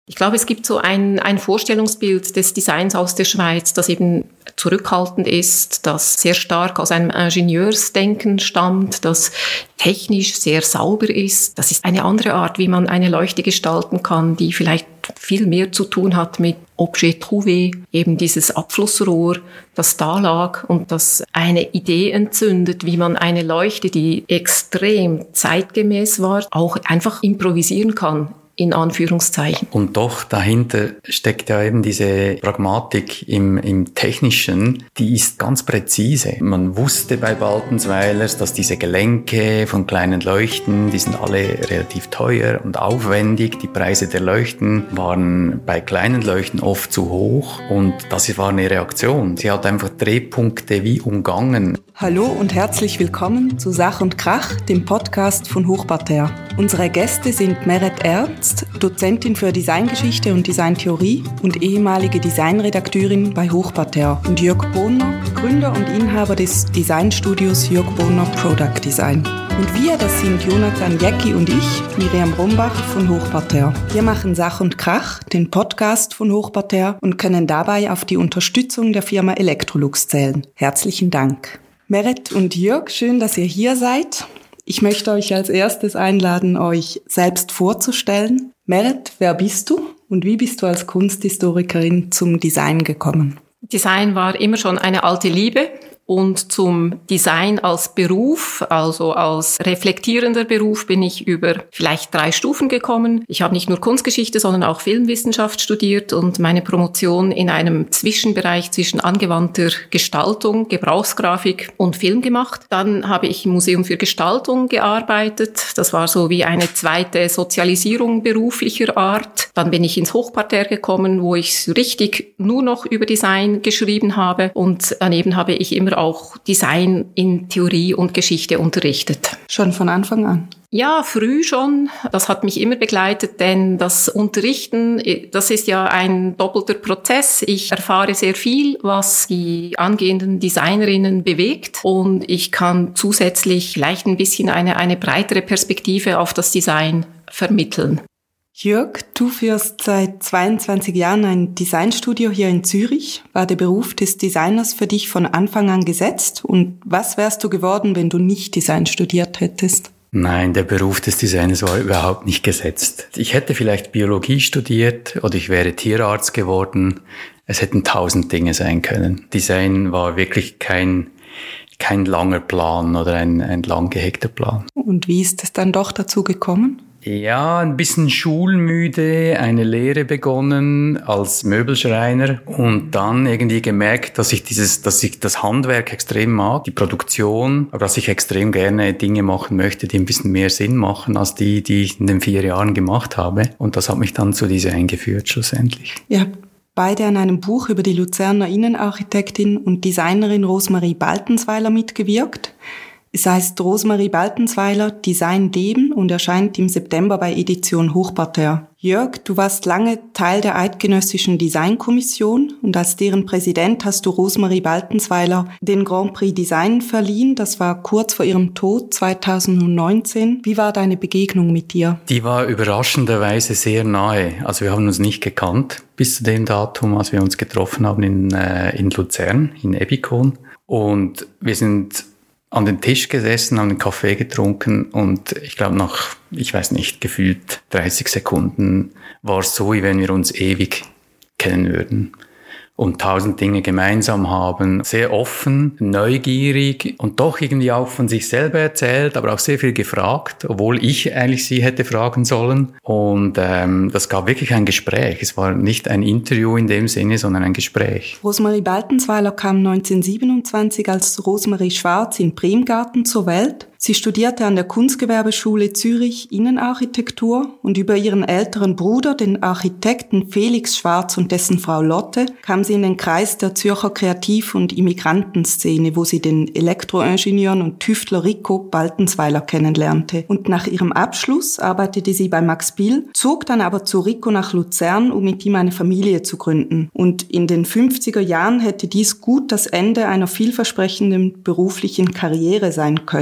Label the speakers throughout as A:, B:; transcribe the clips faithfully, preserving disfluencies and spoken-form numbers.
A: Ich glaube, es gibt so ein, ein Vorstellungsbild des Designs aus der Schweiz, das eben zurückhaltend ist, das sehr stark aus einem Ingenieursdenken stammt, das technisch sehr sauber ist. Das ist eine andere Art, wie man eine Leuchte gestalten kann, die vielleicht viel mehr zu tun hat mit Objet trouvé, eben dieses Abflussrohr, das da lag und das eine Idee entzündet, wie man eine Leuchte, die extrem zeitgemäß war, auch einfach improvisieren kann. In Anführungszeichen.
B: Und doch dahinter steckt ja eben diese Pragmatik im, im Technischen, die ist ganz präzise. Man wusste bei Baltensweilers, dass diese Gelenke von kleinen Leuchten, die sind alle relativ teuer und aufwendig. Die Preise der Leuchten waren bei kleinen Leuchten oft zu hoch und das war eine Reaktion. Sie hat einfach Drehpunkte wie umgangen.
C: Hallo und herzlich willkommen zu Sach und Krach, dem Podcast von Hochparterre. Unsere Gäste sind Meret Ernst, Dozentin für Designgeschichte und Designtheorie und ehemalige Designredakteurin bei Hochparterre, und Jörg Bohner, Gründer und Inhaber des Designstudios Jörg Bohner Product Design. Und wir, das sind Jonathan Jäcki und ich, Miriam Brombach von Hochparterre. Wir machen Sach und Krach, den Podcast von Hochparterre, und können dabei auf die Unterstützung der Firma Electrolux zählen. Herzlichen Dank. Meret und Jörg, schön, dass ihr hier seid. Ich möchte euch als erstes einladen, euch selbst vorzustellen. Meret, wer bist du und wie bist du als Kunsthistorikerin zum Design gekommen?
A: Design war immer schon eine alte Liebe. Und zum Design als Beruf, also als reflektierender Beruf, bin ich über vielleicht drei Stufen gekommen. Ich habe nicht nur Kunstgeschichte, sondern auch Filmwissenschaft studiert und meine Promotion in einem Zwischenbereich zwischen angewandter Gestaltung, Gebrauchsgrafik und Film gemacht. Dann habe ich im Museum für Gestaltung gearbeitet. Das war so wie eine zweite Sozialisierung beruflicher Art. Dann bin ich ins Hochparterre gekommen, wo ich richtig nur noch über Design geschrieben habe. Und daneben habe ich immer auch Design in Theorie und Geschichte unterrichtet.
C: Schon von Anfang an?
A: Ja, früh schon. Das hat mich immer begleitet, denn das Unterrichten, das ist ja ein doppelter Prozess. Ich erfahre sehr viel, was die angehenden Designerinnen bewegt, und ich kann zusätzlich leicht ein bisschen eine, eine breitere Perspektive auf das Design vermitteln.
C: Jörg, du führst seit zweiundzwanzig Jahren ein Designstudio hier in Zürich. War der Beruf des Designers für dich von Anfang an gesetzt? Und was wärst du geworden, wenn du nicht Design studiert hättest?
B: Nein, der Beruf des Designers war überhaupt nicht gesetzt. Ich hätte vielleicht Biologie studiert oder ich wäre Tierarzt geworden. Es hätten tausend Dinge sein können. Design war wirklich kein kein langer Plan oder ein, ein lang gehegter Plan.
C: Und wie ist es dann doch dazu gekommen?
B: Ja, ein bisschen schulmüde, eine Lehre begonnen als Möbelschreiner und dann irgendwie gemerkt, dass ich dieses, dass ich das Handwerk extrem mag, die Produktion, aber dass ich extrem gerne Dinge machen möchte, die ein bisschen mehr Sinn machen als die, die ich in den vier Jahren gemacht habe. Und das hat mich dann zu Design geführt schlussendlich.
C: Ja. Beide an einem Buch über die Luzerner Innenarchitektin und Designerin Rosemarie Baltensweiler mitgewirkt. Es heißt Rosemarie Baltensweiler Design leben und erscheint im September bei Edition Hochparterre. Jörg, du warst lange Teil der Eidgenössischen Designkommission und als deren Präsident hast du Rosemarie Baltensweiler den Grand Prix Design verliehen. Das war kurz vor ihrem Tod zweitausendneunzehn. Wie war deine Begegnung mit ihr?
B: Die war überraschenderweise sehr nahe. Also wir haben uns nicht gekannt bis zu dem Datum, als wir uns getroffen haben in, äh, in Luzern, in Ebikon. Und wir sind an den Tisch gesessen, haben einen Kaffee getrunken und ich glaube nach, ich weiß nicht, gefühlt dreißig Sekunden war es so, wie wenn wir uns ewig kennen würden und tausend Dinge gemeinsam haben. Sehr offen, neugierig und doch irgendwie auch von sich selber erzählt, aber auch sehr viel gefragt, obwohl ich eigentlich sie hätte fragen sollen. Und ähm, das gab wirklich ein Gespräch. Es war nicht ein Interview in dem Sinne, sondern ein Gespräch.
C: Rosemarie Baltensweiler kam neunzehnhundertsiebenundzwanzig als Rosemarie Schwarz in Bremgarten zur Welt. Sie studierte an der Kunstgewerbeschule Zürich Innenarchitektur und über ihren älteren Bruder, den Architekten Felix Schwarz und dessen Frau Lotte, kam sie in den Kreis der Zürcher Kreativ- und Immigrantenszene, wo sie den Elektroingenieur und Tüftler Rico Baltensweiler kennenlernte. Und nach ihrem Abschluss arbeitete sie bei Max Bill, zog dann aber zu Rico nach Luzern, um mit ihm eine Familie zu gründen. Und in den fünfziger Jahren hätte dies gut das Ende einer vielversprechenden beruflichen Karriere sein können. Doch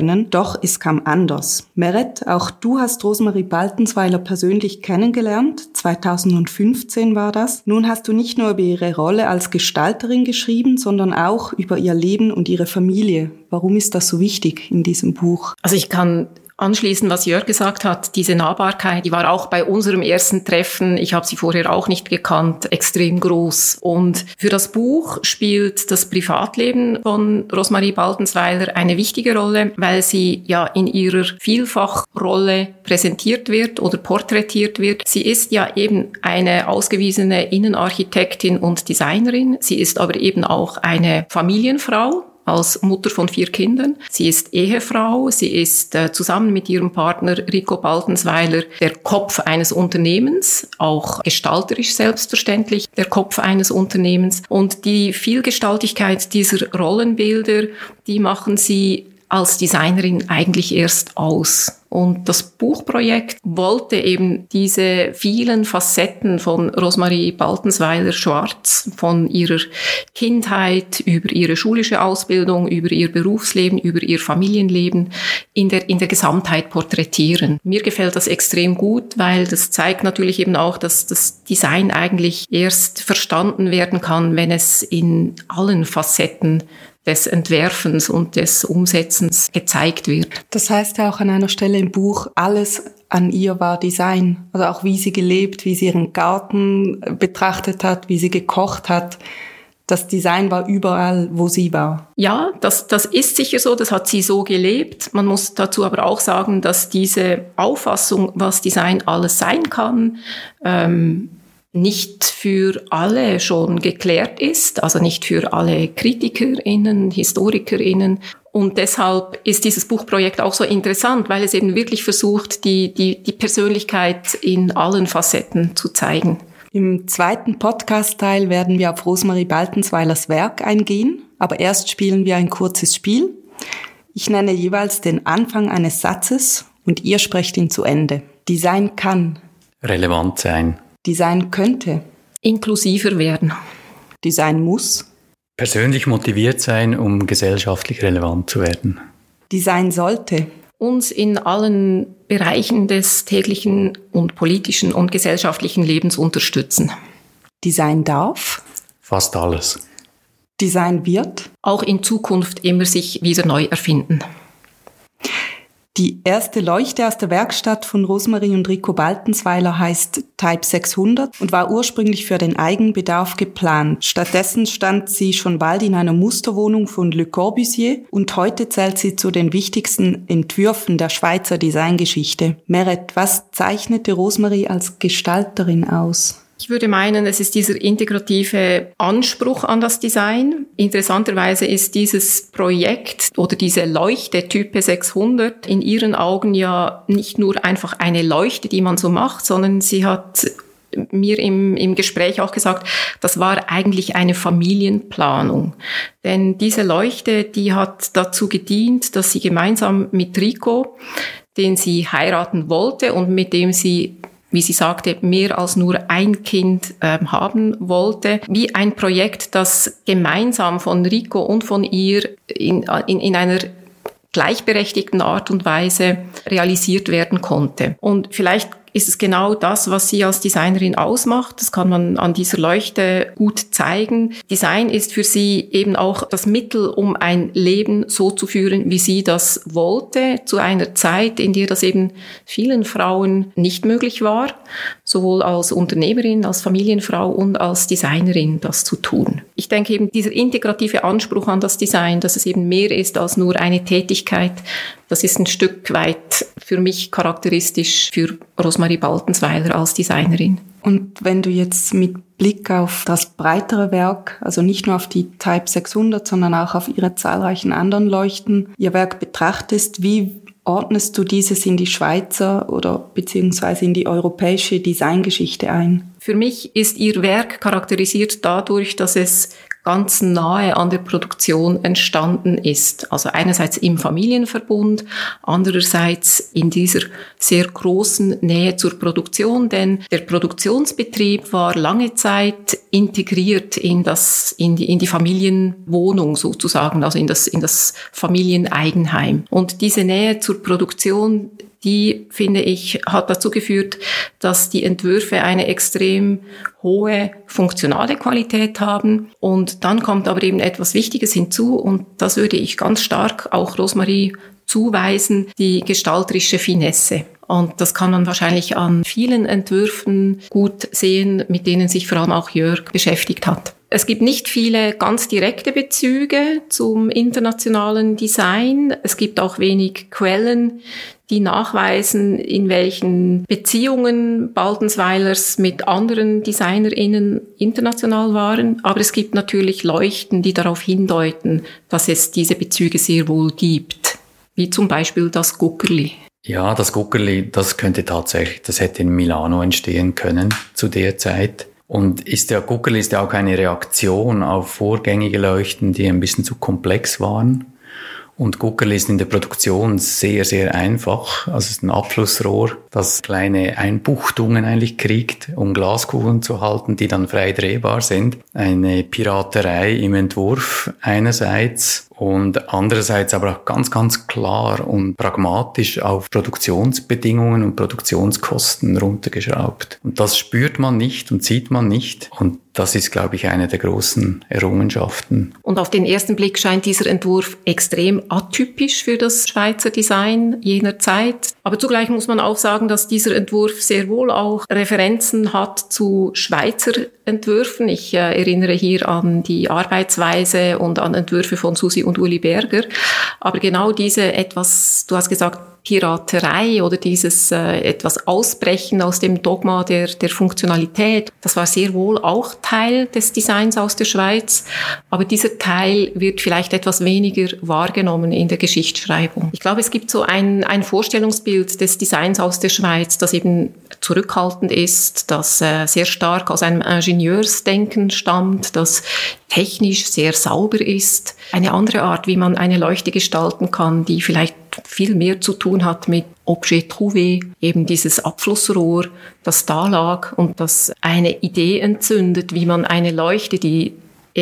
C: doch es kam anders. Meret, auch du hast Rosemarie Baltensweiler persönlich kennengelernt. zweitausendfünfzehn war das. Nun hast du nicht nur über ihre Rolle als Gestalterin geschrieben, sondern auch über ihr Leben und ihre Familie. Warum ist das so wichtig in diesem Buch?
A: Also ich kann anschließend, was Jörg gesagt hat, diese Nahbarkeit, die war auch bei unserem ersten Treffen, ich habe sie vorher auch nicht gekannt, extrem groß. Und für das Buch spielt das Privatleben von Rosemarie Baltensweiler eine wichtige Rolle, weil sie ja in ihrer Vielfachrolle präsentiert wird oder porträtiert wird. Sie ist ja eben eine ausgewiesene Innenarchitektin und Designerin. Sie ist aber eben auch eine Familienfrau als Mutter von vier Kindern. Sie ist Ehefrau, sie ist äh, zusammen mit ihrem Partner Rico Baltensweiler der Kopf eines Unternehmens, auch gestalterisch selbstverständlich der Kopf eines Unternehmens. Und die Vielgestaltigkeit dieser Rollenbilder, die machen sie als Designerin eigentlich erst aus. Und das Buchprojekt wollte eben diese vielen Facetten von Rosemarie Baltensweiler-Schwarz, von ihrer Kindheit über ihre schulische Ausbildung, über ihr Berufsleben, über ihr Familienleben in der, in der Gesamtheit porträtieren. Mir gefällt das extrem gut, weil das zeigt natürlich eben auch, dass das Design eigentlich erst verstanden werden kann, wenn es in allen Facetten des Entwerfens und des Umsetzens gezeigt wird.
C: Das heißt ja auch an einer Stelle im Buch, alles an ihr war Design. Also auch wie sie gelebt, wie sie ihren Garten betrachtet hat, wie sie gekocht hat. Das Design war überall, wo sie war.
A: Ja, das, das ist sicher so, das hat sie so gelebt. Man muss dazu aber auch sagen, dass diese Auffassung, was Design alles sein kann, ähm, nicht für alle schon geklärt ist, also nicht für alle KritikerInnen, HistorikerInnen. Und deshalb ist dieses Buchprojekt auch so interessant, weil es eben wirklich versucht, die, die, die Persönlichkeit in allen Facetten zu zeigen.
C: Im zweiten Podcast-Teil werden wir auf Rosemarie Baltensweilers Werk eingehen, aber erst spielen wir ein kurzes Spiel. Ich nenne jeweils den Anfang eines Satzes und ihr sprecht ihn zu Ende. Design kann
B: relevant sein.
C: Design könnte
A: inklusiver werden.
C: Design muss
B: persönlich motiviert sein, um gesellschaftlich relevant zu werden.
C: Design sollte
A: uns in allen Bereichen des täglichen und politischen und gesellschaftlichen Lebens unterstützen.
C: Design darf
B: fast alles.
C: Design wird
A: auch in Zukunft immer sich wieder neu erfinden.
C: Die erste Leuchte aus der Werkstatt von Rosemarie und Rico Baltensweiler heißt Type sechshundert und war ursprünglich für den Eigenbedarf geplant. Stattdessen stand sie schon bald in einer Musterwohnung von Le Corbusier und heute zählt sie zu den wichtigsten Entwürfen der Schweizer Designgeschichte. Meret, was zeichnete Rosemarie als Gestalterin aus?
A: Ich würde meinen, es ist dieser integrative Anspruch an das Design. Interessanterweise ist dieses Projekt oder diese Leuchte Type sechshundert in ihren Augen ja nicht nur einfach eine Leuchte, die man so macht, sondern sie hat mir im, im Gespräch auch gesagt, das war eigentlich eine Familienplanung. Denn diese Leuchte, die hat dazu gedient, dass sie gemeinsam mit Rico, den sie heiraten wollte und mit dem sie, wie sie sagte, mehr als nur ein Kind ähm, haben wollte, wie ein Projekt, das gemeinsam von Rico und von ihr in, in, in einer gleichberechtigten Art und Weise realisiert werden konnte. Und vielleicht ist es genau das, was sie als Designerin ausmacht. Das kann man an dieser Leuchte gut zeigen. Design ist für sie eben auch das Mittel, um ein Leben so zu führen, wie sie das wollte, zu einer Zeit, in der das eben vielen Frauen nicht möglich war, sowohl als Unternehmerin, als Familienfrau und als Designerin das zu tun. Ich denke eben, dieser integrative Anspruch an das Design, dass es eben mehr ist als nur eine Tätigkeit, das ist ein Stück weit für mich charakteristisch für Rosemarie Baltensweiler als Designerin.
C: Und wenn du jetzt mit Blick auf das breitere Werk, also nicht nur auf die Type sechshundert, sondern auch auf ihre zahlreichen anderen Leuchten, ihr Werk betrachtest, wie ordnest du dieses in die Schweizer oder beziehungsweise in die europäische Designgeschichte ein?
A: Für mich ist ihr Werk charakterisiert dadurch, dass es ganz nahe an der Produktion entstanden ist. Also einerseits im Familienverbund, andererseits in dieser sehr großen Nähe zur Produktion, denn der Produktionsbetrieb war lange Zeit integriert in das, in die, in die Familienwohnung sozusagen, also in das, in das Familieneigenheim. Und diese Nähe zur Produktion, die, finde ich, hat dazu geführt, dass die Entwürfe eine extrem hohe funktionale Qualität haben. Und dann kommt aber eben etwas Wichtiges hinzu, und das würde ich ganz stark auch Rosemarie zuweisen, die gestalterische Finesse. Und das kann man wahrscheinlich an vielen Entwürfen gut sehen, mit denen sich vor allem auch Jörg beschäftigt hat. Es gibt nicht viele ganz direkte Bezüge zum internationalen Design. Es gibt auch wenig Quellen, die nachweisen, in welchen Beziehungen Baldensweilers mit anderen DesignerInnen international waren. Aber es gibt natürlich Leuchten, die darauf hindeuten, dass es diese Bezüge sehr wohl gibt. Wie zum Beispiel das Guckerli.
B: Ja, das Guckerli, das könnte tatsächlich, das hätte in Milano entstehen können zu der Zeit. Und ist der Guckerli ist ja auch eine Reaktion auf vorgängige Leuchten, die ein bisschen zu komplex waren. Und Guckerli ist in der Produktion sehr, sehr einfach. Also es ist ein Abflussrohr, das kleine Einbuchtungen eigentlich kriegt, um Glaskugeln zu halten, die dann frei drehbar sind. Eine Piraterei im Entwurf einerseits und andererseits aber auch ganz, ganz klar und pragmatisch auf Produktionsbedingungen und Produktionskosten runtergeschraubt. Und das spürt man nicht und sieht man nicht. Und das ist, glaube ich, eine der großen Errungenschaften.
A: Und auf den ersten Blick scheint dieser Entwurf extrem atypisch für das Schweizer Design jener Zeit. Aber zugleich muss man auch sagen, dass dieser Entwurf sehr wohl auch Referenzen hat zu Schweizer Entwürfen. Ich äh, erinnere hier an die Arbeitsweise und an Entwürfe von Susi und Uli Berger. Aber genau diese etwas, du hast gesagt, Piraterei oder dieses äh, etwas Ausbrechen aus dem Dogma der, der Funktionalität, das war sehr wohl auch Teil des Designs aus der Schweiz, aber dieser Teil wird vielleicht etwas weniger wahrgenommen in der Geschichtsschreibung. Ich glaube, es gibt so ein, ein Vorstellungsbild des Designs aus der Schweiz, das eben zurückhaltend ist, das äh, sehr stark aus einem Ingenieursdenken stammt, das technisch sehr sauber ist. Eine andere Art, wie man eine Leuchte gestalten kann, die vielleicht viel mehr zu tun hat mit Objet trouvé, eben dieses Abflussrohr, das da lag und das eine Idee entzündet, wie man eine Leuchte, die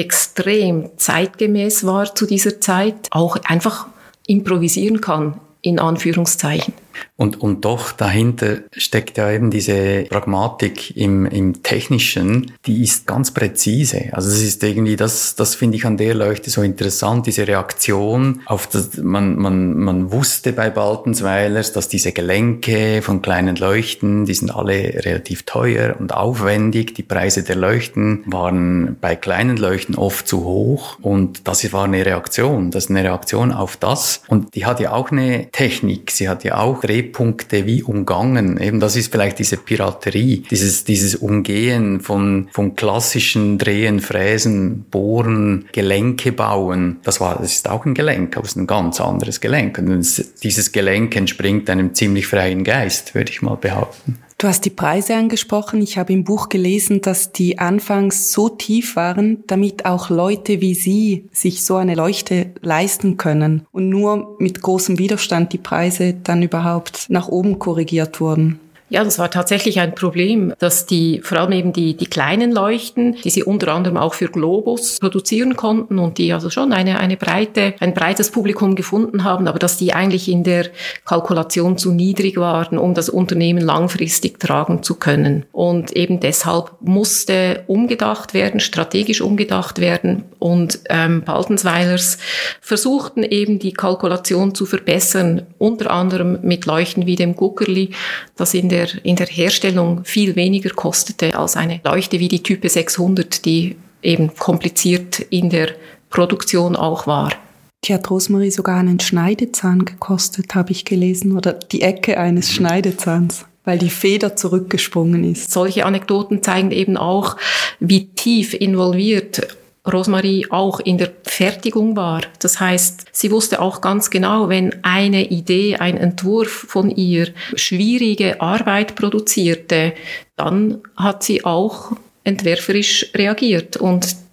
A: extrem zeitgemäß war zu dieser Zeit, auch einfach improvisieren kann, in Anführungszeichen.
B: Und, und doch dahinter steckt ja eben diese Pragmatik im, im Technischen, die ist ganz präzise. Also es ist irgendwie, das, das finde ich an der Leuchte so interessant, diese Reaktion auf das, man, man, man wusste bei Baldensweilers, dass diese Gelenke von kleinen Leuchten, die sind alle relativ teuer und aufwendig. Die Preise der Leuchten waren bei kleinen Leuchten oft zu hoch und das war eine Reaktion, das ist eine Reaktion auf das und die hat ja auch eine Technik, sie hat ja auch Drehpunkte wie umgangen. Eben das ist vielleicht diese Piraterie, dieses, dieses Umgehen von, von klassischen Drehen, Fräsen, Bohren, Gelenke bauen. Das war, das ist auch ein Gelenk, aber es ist ein ganz anderes Gelenk. Und es, dieses Gelenk entspringt einem ziemlich freien Geist, würde ich mal behaupten.
C: Du hast die Preise angesprochen. Ich habe im Buch gelesen, dass die anfangs so tief waren, damit auch Leute wie Sie sich so eine Leuchte leisten können und nur mit großem Widerstand die Preise dann überhaupt nach oben korrigiert wurden.
A: Ja, das war tatsächlich ein Problem, dass die, vor allem eben die, die kleinen Leuchten, die sie unter anderem auch für Globus produzieren konnten und die also schon eine, eine breite, ein breites Publikum gefunden haben, aber dass die eigentlich in der Kalkulation zu niedrig waren, um das Unternehmen langfristig tragen zu können. Und eben deshalb musste umgedacht werden, strategisch umgedacht werden und ähm, Baldensweilers versuchten eben die Kalkulation zu verbessern, unter anderem mit Leuchten wie dem Guckerli, das in der in der Herstellung viel weniger kostete als eine Leuchte wie die Type sechshundert, die eben kompliziert in der Produktion auch war.
C: Die hat Rosemarie sogar einen Schneidezahn gekostet, habe ich gelesen, oder die Ecke eines Schneidezahns, weil die Feder zurückgesprungen ist.
A: Solche Anekdoten zeigen eben auch, wie tief involviert Rosemarie auch in der Fertigung war. Das heißt, sie wusste auch ganz genau, wenn eine Idee, ein Entwurf von ihr schwierige Arbeit produzierte, dann hat sie auch entwerferisch reagiert und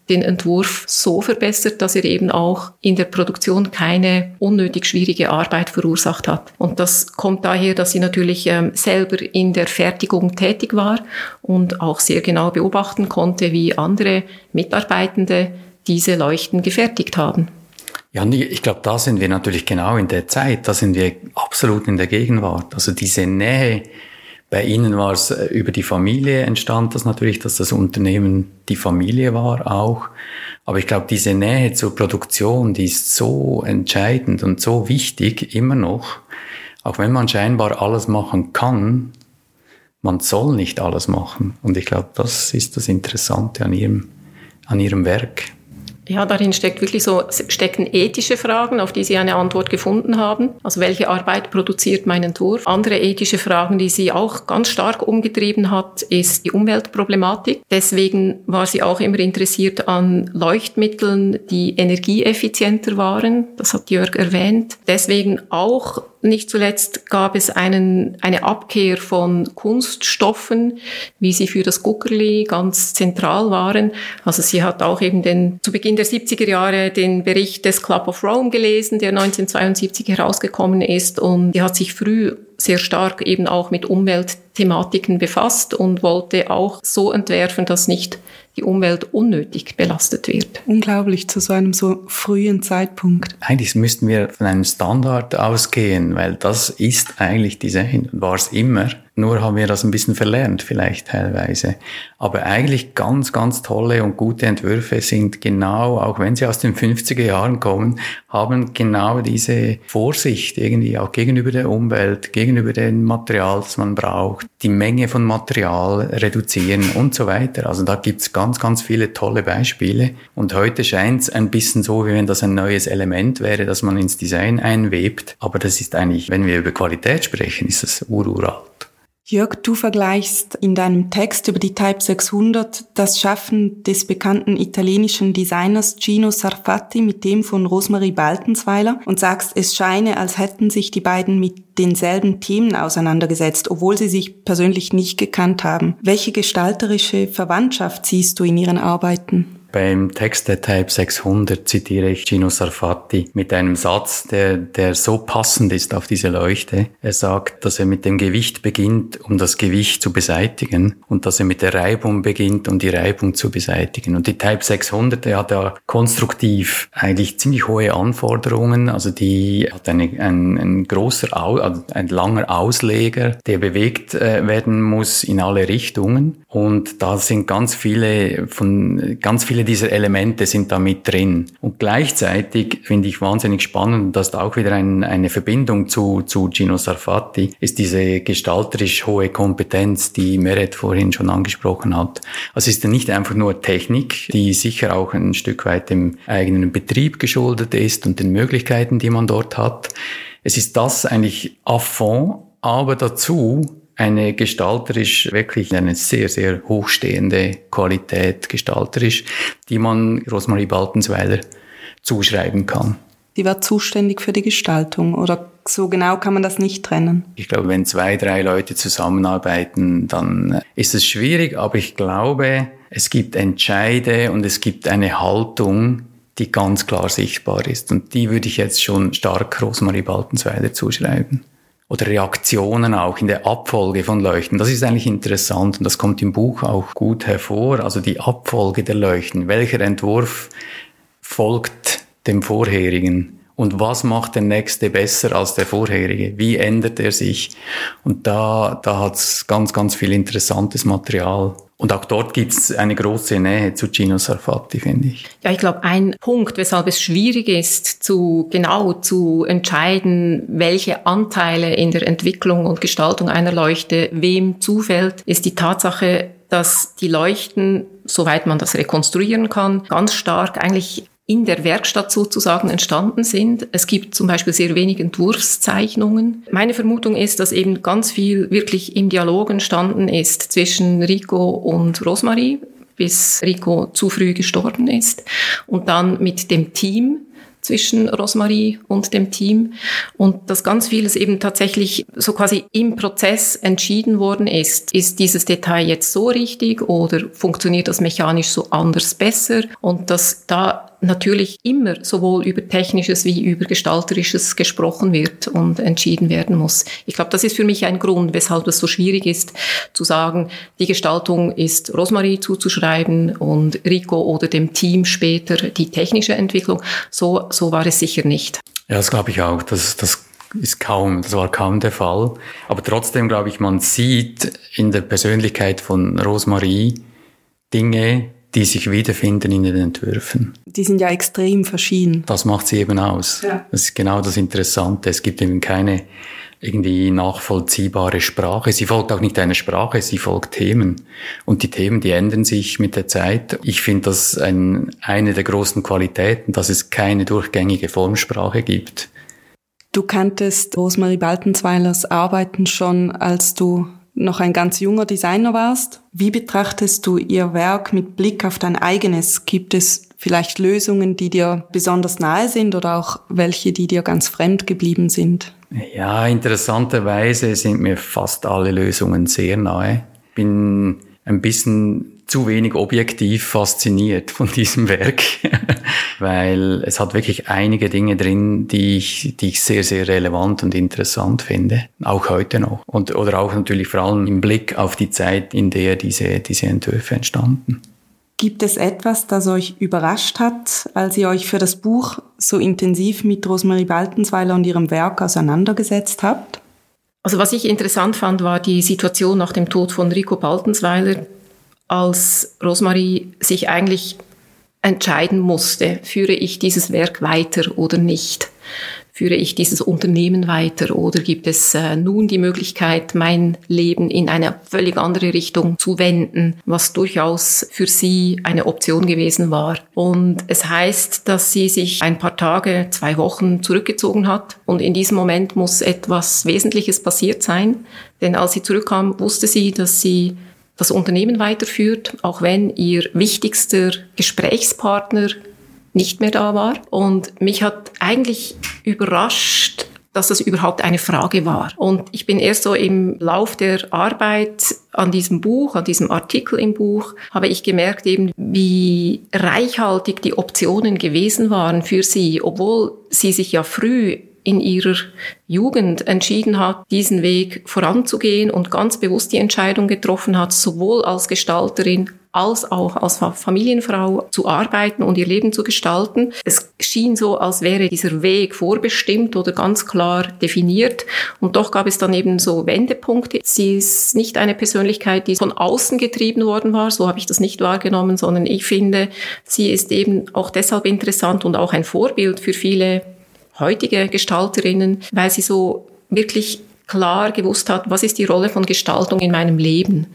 A: den Entwurf so verbessert, dass er eben auch in der Produktion keine unnötig schwierige Arbeit verursacht hat. Und das kommt daher, dass sie natürlich ähm, selber in der Fertigung tätig war und auch sehr genau beobachten konnte, wie andere Mitarbeitende diese Leuchten gefertigt haben.
B: Ja, ich glaube, da sind wir natürlich genau in der Zeit, da sind wir absolut in der Gegenwart. Also diese Nähe. Bei Ihnen war es über die Familie entstand das natürlich, dass das Unternehmen die Familie war auch. Aber ich glaube, diese Nähe zur Produktion, die ist so entscheidend und so wichtig immer noch. Auch wenn man scheinbar alles machen kann, man soll nicht alles machen. Und ich glaube, das ist das Interessante an Ihrem, an Ihrem Werk.
A: Ja, darin steckt wirklich so, stecken ethische Fragen, auf die Sie eine Antwort gefunden haben. Also welche Arbeit produziert mein Entwurf? Andere ethische Fragen, die sie auch ganz stark umgetrieben hat, ist die Umweltproblematik. Deswegen war sie auch immer interessiert an Leuchtmitteln, die energieeffizienter waren. Das hat Jörg erwähnt. Deswegen auch nicht zuletzt gab es einen, eine Abkehr von Kunststoffen, wie sie für das Guggerli ganz zentral waren. Also sie hat auch eben den, zu Beginn der siebziger Jahre den Bericht des Club of Rome gelesen, der neunzehnhundertzweiundsiebzig herausgekommen ist, und die hat sich früh sehr stark eben auch mit Umweltthematiken befasst und wollte auch so entwerfen, dass nicht die Umwelt unnötig belastet wird.
C: Unglaublich, zu so einem so frühen Zeitpunkt.
B: Eigentlich müssten wir von einem Standard ausgehen, weil das ist eigentlich Design und war es immer. Nur haben wir das ein bisschen verlernt, vielleicht teilweise. Aber eigentlich ganz, ganz tolle und gute Entwürfe sind genau, auch wenn sie aus den fünfziger Jahren kommen, haben genau diese Vorsicht irgendwie auch gegenüber der Umwelt, gegenüber dem Material, das man braucht, die Menge von Material reduzieren und so weiter. Also da gibt's ganz, ganz viele tolle Beispiele. Und heute scheint's ein bisschen so, wie wenn das ein neues Element wäre, das man ins Design einwebt. Aber das ist eigentlich, wenn wir über Qualität sprechen, ist das ururalt.
C: Jörg, du vergleichst in deinem Text über die Type sechshundert das Schaffen des bekannten italienischen Designers Gino Sarfatti mit dem von Rosemarie Baltensweiler und sagst, es scheine, als hätten sich die beiden mit denselben Themen auseinandergesetzt, obwohl sie sich persönlich nicht gekannt haben. Welche gestalterische Verwandtschaft siehst du in ihren Arbeiten?
B: Beim Text der Type sechshundert zitiere ich Gino Sarfatti mit einem Satz, der, der so passend ist auf diese Leuchte. Er sagt, dass er mit dem Gewicht beginnt, um das Gewicht zu beseitigen, und dass er mit der Reibung beginnt, um die Reibung zu beseitigen. Und die Type sechshundert, der hat ja konstruktiv eigentlich ziemlich hohe Anforderungen. Also die hat eine, ein, ein großer, also ein langer Ausleger, der bewegt äh, werden muss in alle Richtungen. Und da sind ganz viele von, ganz viele dieser Elemente sind da mit drin. Und gleichzeitig finde ich wahnsinnig spannend, und das ist auch wieder ein, eine Verbindung zu, zu Gino Sarfatti, ist diese gestalterisch hohe Kompetenz, die Meret vorhin schon angesprochen hat. Also es ist ja nicht einfach nur Technik, die sicher auch ein Stück weit dem eigenen Betrieb geschuldet ist und den Möglichkeiten, die man dort hat. Es ist das eigentlich à fond, aber dazu eine gestalterisch wirklich eine sehr, sehr hochstehende Qualität gestalterisch, die man Rosemarie Baltensweiler zuschreiben kann.
C: Die war zuständig für die Gestaltung, oder so genau kann man das nicht trennen?
B: Ich glaube, wenn zwei, drei Leute zusammenarbeiten, dann ist es schwierig, aber ich glaube, es gibt Entscheide und es gibt eine Haltung, die ganz klar sichtbar ist, und die würde ich jetzt schon stark Rosemarie Baltensweiler zuschreiben. Oder Reaktionen auch in der Abfolge von Leuchten. Das ist eigentlich interessant und das kommt im Buch auch gut hervor. Also die Abfolge der Leuchten. Welcher Entwurf folgt dem vorherigen? Und was macht der nächste besser als der vorherige? Wie ändert er sich? Und da, da hat's ganz, ganz viel interessantes Material. Und auch dort gibt's eine große Nähe zu Gino Sarfatti, finde ich.
A: Ja, ich glaube, ein Punkt, weshalb es schwierig ist, zu genau zu entscheiden, welche Anteile in der Entwicklung und Gestaltung einer Leuchte wem zufällt, ist die Tatsache, dass die Leuchten, soweit man das rekonstruieren kann, ganz stark eigentlich in der Werkstatt sozusagen entstanden sind. Es gibt zum Beispiel sehr wenig Entwurfszeichnungen. Meine Vermutung ist, dass eben ganz viel wirklich im Dialog entstanden ist zwischen Rico und Rosemarie, bis Rico zu früh gestorben ist. Und dann mit dem Team, zwischen Rosemarie und dem Team und dass ganz vieles eben tatsächlich so quasi im Prozess entschieden worden ist. Ist dieses Detail jetzt so richtig oder funktioniert das mechanisch so anders besser? Und dass da natürlich immer sowohl über Technisches wie über Gestalterisches gesprochen wird und entschieden werden muss. Ich glaube, das ist für mich ein Grund, weshalb es so schwierig ist, zu sagen, die Gestaltung ist Rosemarie zuzuschreiben und Rico oder dem Team später die technische Entwicklung. So, so war es sicher nicht.
B: Ja, das glaube ich auch. Das, das ist kaum, das war kaum der Fall. Aber trotzdem glaube ich, man sieht in der Persönlichkeit von Rosemarie Dinge, die sich wiederfinden in den Entwürfen.
C: Die sind ja extrem verschieden.
B: Das macht sie eben aus. Ja. Das ist genau das Interessante. Es gibt eben keine irgendwie nachvollziehbare Sprache. Sie folgt auch nicht einer Sprache, sie folgt Themen. Und die Themen, die ändern sich mit der Zeit. Ich finde das ein, eine der großen Qualitäten, dass es keine durchgängige Formsprache gibt.
C: Du kanntest Rosemarie Baltensweilers Arbeiten schon, als du noch ein ganz junger Designer warst. Wie betrachtest du ihr Werk mit Blick auf dein eigenes? Gibt es vielleicht Lösungen, die dir besonders nahe sind oder auch welche, die dir ganz fremd geblieben sind?
B: Ja, interessanterweise sind mir fast alle Lösungen sehr nahe. Ich bin ein bisschen zu wenig objektiv fasziniert von diesem Werk, weil es hat wirklich einige Dinge drin, die ich, die ich sehr, sehr relevant und interessant finde, auch heute noch. Und, oder auch natürlich vor allem im Blick auf die Zeit, in der diese, diese Entwürfe entstanden.
C: Gibt es etwas, das euch überrascht hat, als ihr euch für das Buch so intensiv mit Rosemarie Baltensweiler und ihrem Werk auseinandergesetzt habt?
A: Also was ich interessant fand, war die Situation nach dem Tod von Rico Baltensweiler, als Rosemarie sich eigentlich entscheiden musste, führe ich dieses Werk weiter oder nicht? Führe ich dieses Unternehmen weiter oder gibt es äh, nun die Möglichkeit, mein Leben in eine völlig andere Richtung zu wenden, was durchaus für sie eine Option gewesen war. Und es heißt, dass sie sich ein paar Tage, zwei Wochen zurückgezogen hat und in diesem Moment muss etwas Wesentliches passiert sein, denn als sie zurückkam, wusste sie, dass sie das Unternehmen weiterführt, auch wenn ihr wichtigster Gesprächspartner nicht mehr da war. Und mich hat eigentlich überrascht, dass das überhaupt eine Frage war. Und ich bin erst so im Lauf der Arbeit an diesem Buch, an diesem Artikel im Buch, habe ich gemerkt eben, wie reichhaltig die Optionen gewesen waren für sie, obwohl sie sich ja früh in ihrer Jugend entschieden hat, diesen Weg voranzugehen und ganz bewusst die Entscheidung getroffen hat, sowohl als Gestalterin als auch als Familienfrau zu arbeiten und ihr Leben zu gestalten. Es schien so, als wäre dieser Weg vorbestimmt oder ganz klar definiert. Und doch gab es dann eben so Wendepunkte. Sie ist nicht eine Persönlichkeit, die von außen getrieben worden war. So habe ich das nicht wahrgenommen, sondern ich finde, sie ist eben auch deshalb interessant und auch ein Vorbild für viele heutige Gestalterinnen, weil sie so wirklich klar gewusst hat, was ist die Rolle von Gestaltung in meinem Leben.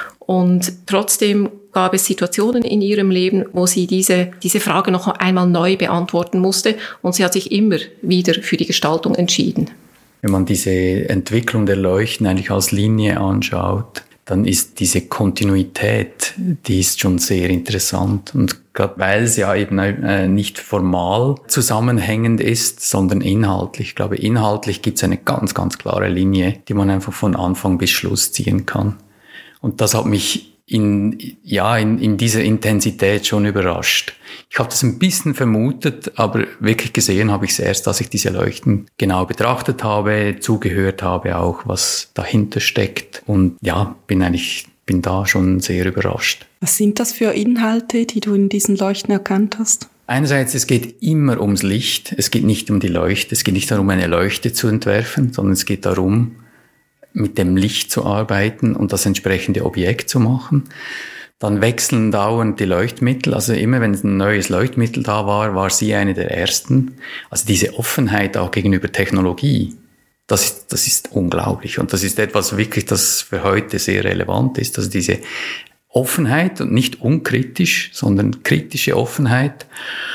A: Und trotzdem gab es Situationen in ihrem Leben, wo sie diese, diese Frage noch einmal neu beantworten musste. Und sie hat sich immer wieder für die Gestaltung entschieden.
B: Wenn man diese Entwicklung der Leuchten eigentlich als Linie anschaut, dann ist diese Kontinuität, die ist schon sehr interessant. Und gerade weil es ja eben äh, nicht formal zusammenhängend ist, sondern inhaltlich. Ich glaube, inhaltlich gibt es eine ganz, ganz klare Linie, die man einfach von Anfang bis Schluss ziehen kann. Und das hat mich in, ja, in, in dieser Intensität schon überrascht. Ich habe das ein bisschen vermutet, aber wirklich gesehen habe ich es erst, als ich diese Leuchten genau betrachtet habe, zugehört habe auch, was dahinter steckt. Und ja, bin eigentlich, bin da schon sehr überrascht.
C: Was sind das für Inhalte, die du in diesen Leuchten erkannt hast?
B: Einerseits, es geht immer ums Licht. Es geht nicht um die Leuchte. Es geht nicht darum, eine Leuchte zu entwerfen, sondern es geht darum, mit dem Licht zu arbeiten und das entsprechende Objekt zu machen. Dann wechseln dauernd die Leuchtmittel. Also immer wenn ein neues Leuchtmittel da war, war sie eine der ersten. Also diese Offenheit auch gegenüber Technologie, das ist, das ist unglaublich. Und das ist etwas wirklich, das für heute sehr relevant ist. Also diese Offenheit und nicht unkritisch, sondern kritische Offenheit.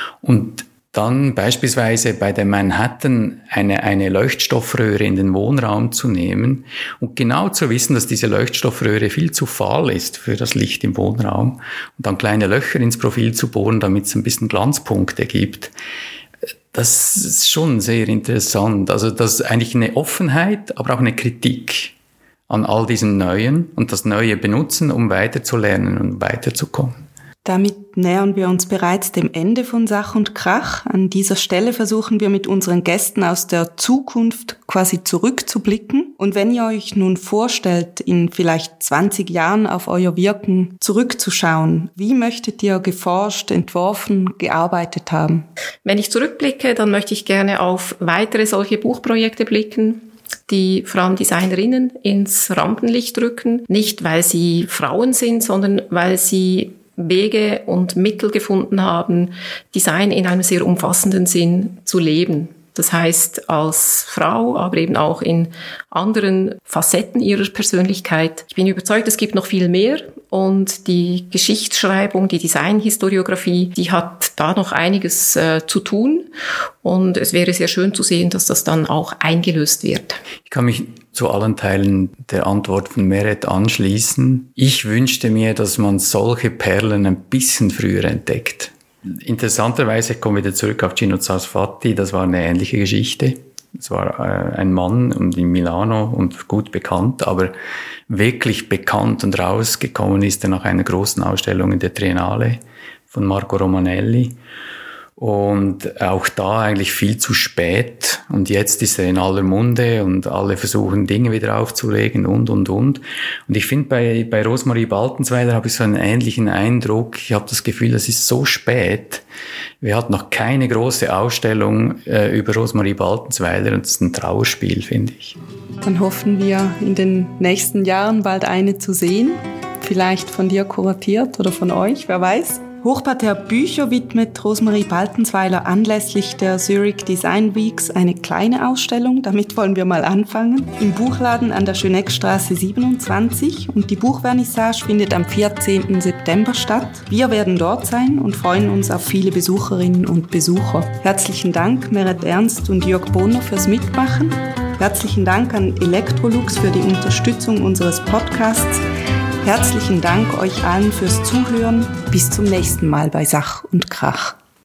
B: Und dann beispielsweise bei der Manhattan eine, eine Leuchtstoffröhre in den Wohnraum zu nehmen und genau zu wissen, dass diese Leuchtstoffröhre viel zu fahl ist für das Licht im Wohnraum und dann kleine Löcher ins Profil zu bohren, damit es ein bisschen Glanzpunkte gibt. Das ist schon sehr interessant. Also das ist eigentlich eine Offenheit, aber auch eine Kritik an all diesem Neuen und das Neue benutzen, um weiterzulernen und weiterzukommen.
C: Damit nähern wir uns bereits dem Ende von Sach und Krach. An dieser Stelle versuchen wir mit unseren Gästen aus der Zukunft quasi zurückzublicken. Und wenn ihr euch nun vorstellt, in vielleicht zwanzig Jahren auf euer Wirken zurückzuschauen, wie möchtet ihr geforscht, entworfen, gearbeitet haben?
A: Wenn ich zurückblicke, dann möchte ich gerne auf weitere solche Buchprojekte blicken, die vor allem Designerinnen ins Rampenlicht rücken. Nicht, weil sie Frauen sind, sondern weil sie Wege und Mittel gefunden haben, Design in einem sehr umfassenden Sinn zu leben. Das heißt, als Frau, aber eben auch in anderen Facetten ihrer Persönlichkeit. Ich bin überzeugt, es gibt noch viel mehr und die Geschichtsschreibung, die Designhistoriografie, die hat da noch einiges äh, zu tun und es wäre sehr schön zu sehen, dass das dann auch eingelöst wird.
B: Ich kann mich zu allen Teilen der Antwort von Meret anschließen. Ich wünschte mir, dass man solche Perlen ein bisschen früher entdeckt. Interessanterweise, ich komme wieder zurück auf Gino Sarasvati, das war eine ähnliche Geschichte. Es war äh, ein Mann und in Milano und gut bekannt, aber wirklich bekannt und rausgekommen ist er nach einer großen Ausstellung in der Triennale von Marco Romanelli. Und auch da eigentlich viel zu spät. Und jetzt ist er in aller Munde und alle versuchen, Dinge wieder aufzulegen und, und, und. Und ich finde, bei, bei Rosemarie Baltensweiler habe ich so einen ähnlichen Eindruck. Ich habe das Gefühl, das ist so spät. Wir hatten noch keine große Ausstellung äh, über Rosemarie Baltensweiler und das ist ein Trauerspiel, finde ich.
C: Dann hoffen wir, in den nächsten Jahren bald eine zu sehen. Vielleicht von dir kuratiert oder von euch, wer weiß. Hochparterre Bücher widmet Rosemarie Baltensweiler anlässlich der Zurich Design Weeks eine kleine Ausstellung. Damit wollen wir mal anfangen. Im Buchladen an der Schöneckstraße siebenundzwanzig und die Buchvernissage findet am vierzehnten September statt. Wir werden dort sein und freuen uns auf viele Besucherinnen und Besucher. Herzlichen Dank Meret Ernst und Jörg Bohner fürs Mitmachen. Herzlichen Dank an Electrolux für die Unterstützung unseres Podcasts. Herzlichen Dank euch allen fürs Zuhören. Bis zum nächsten Mal bei Sach und Krach.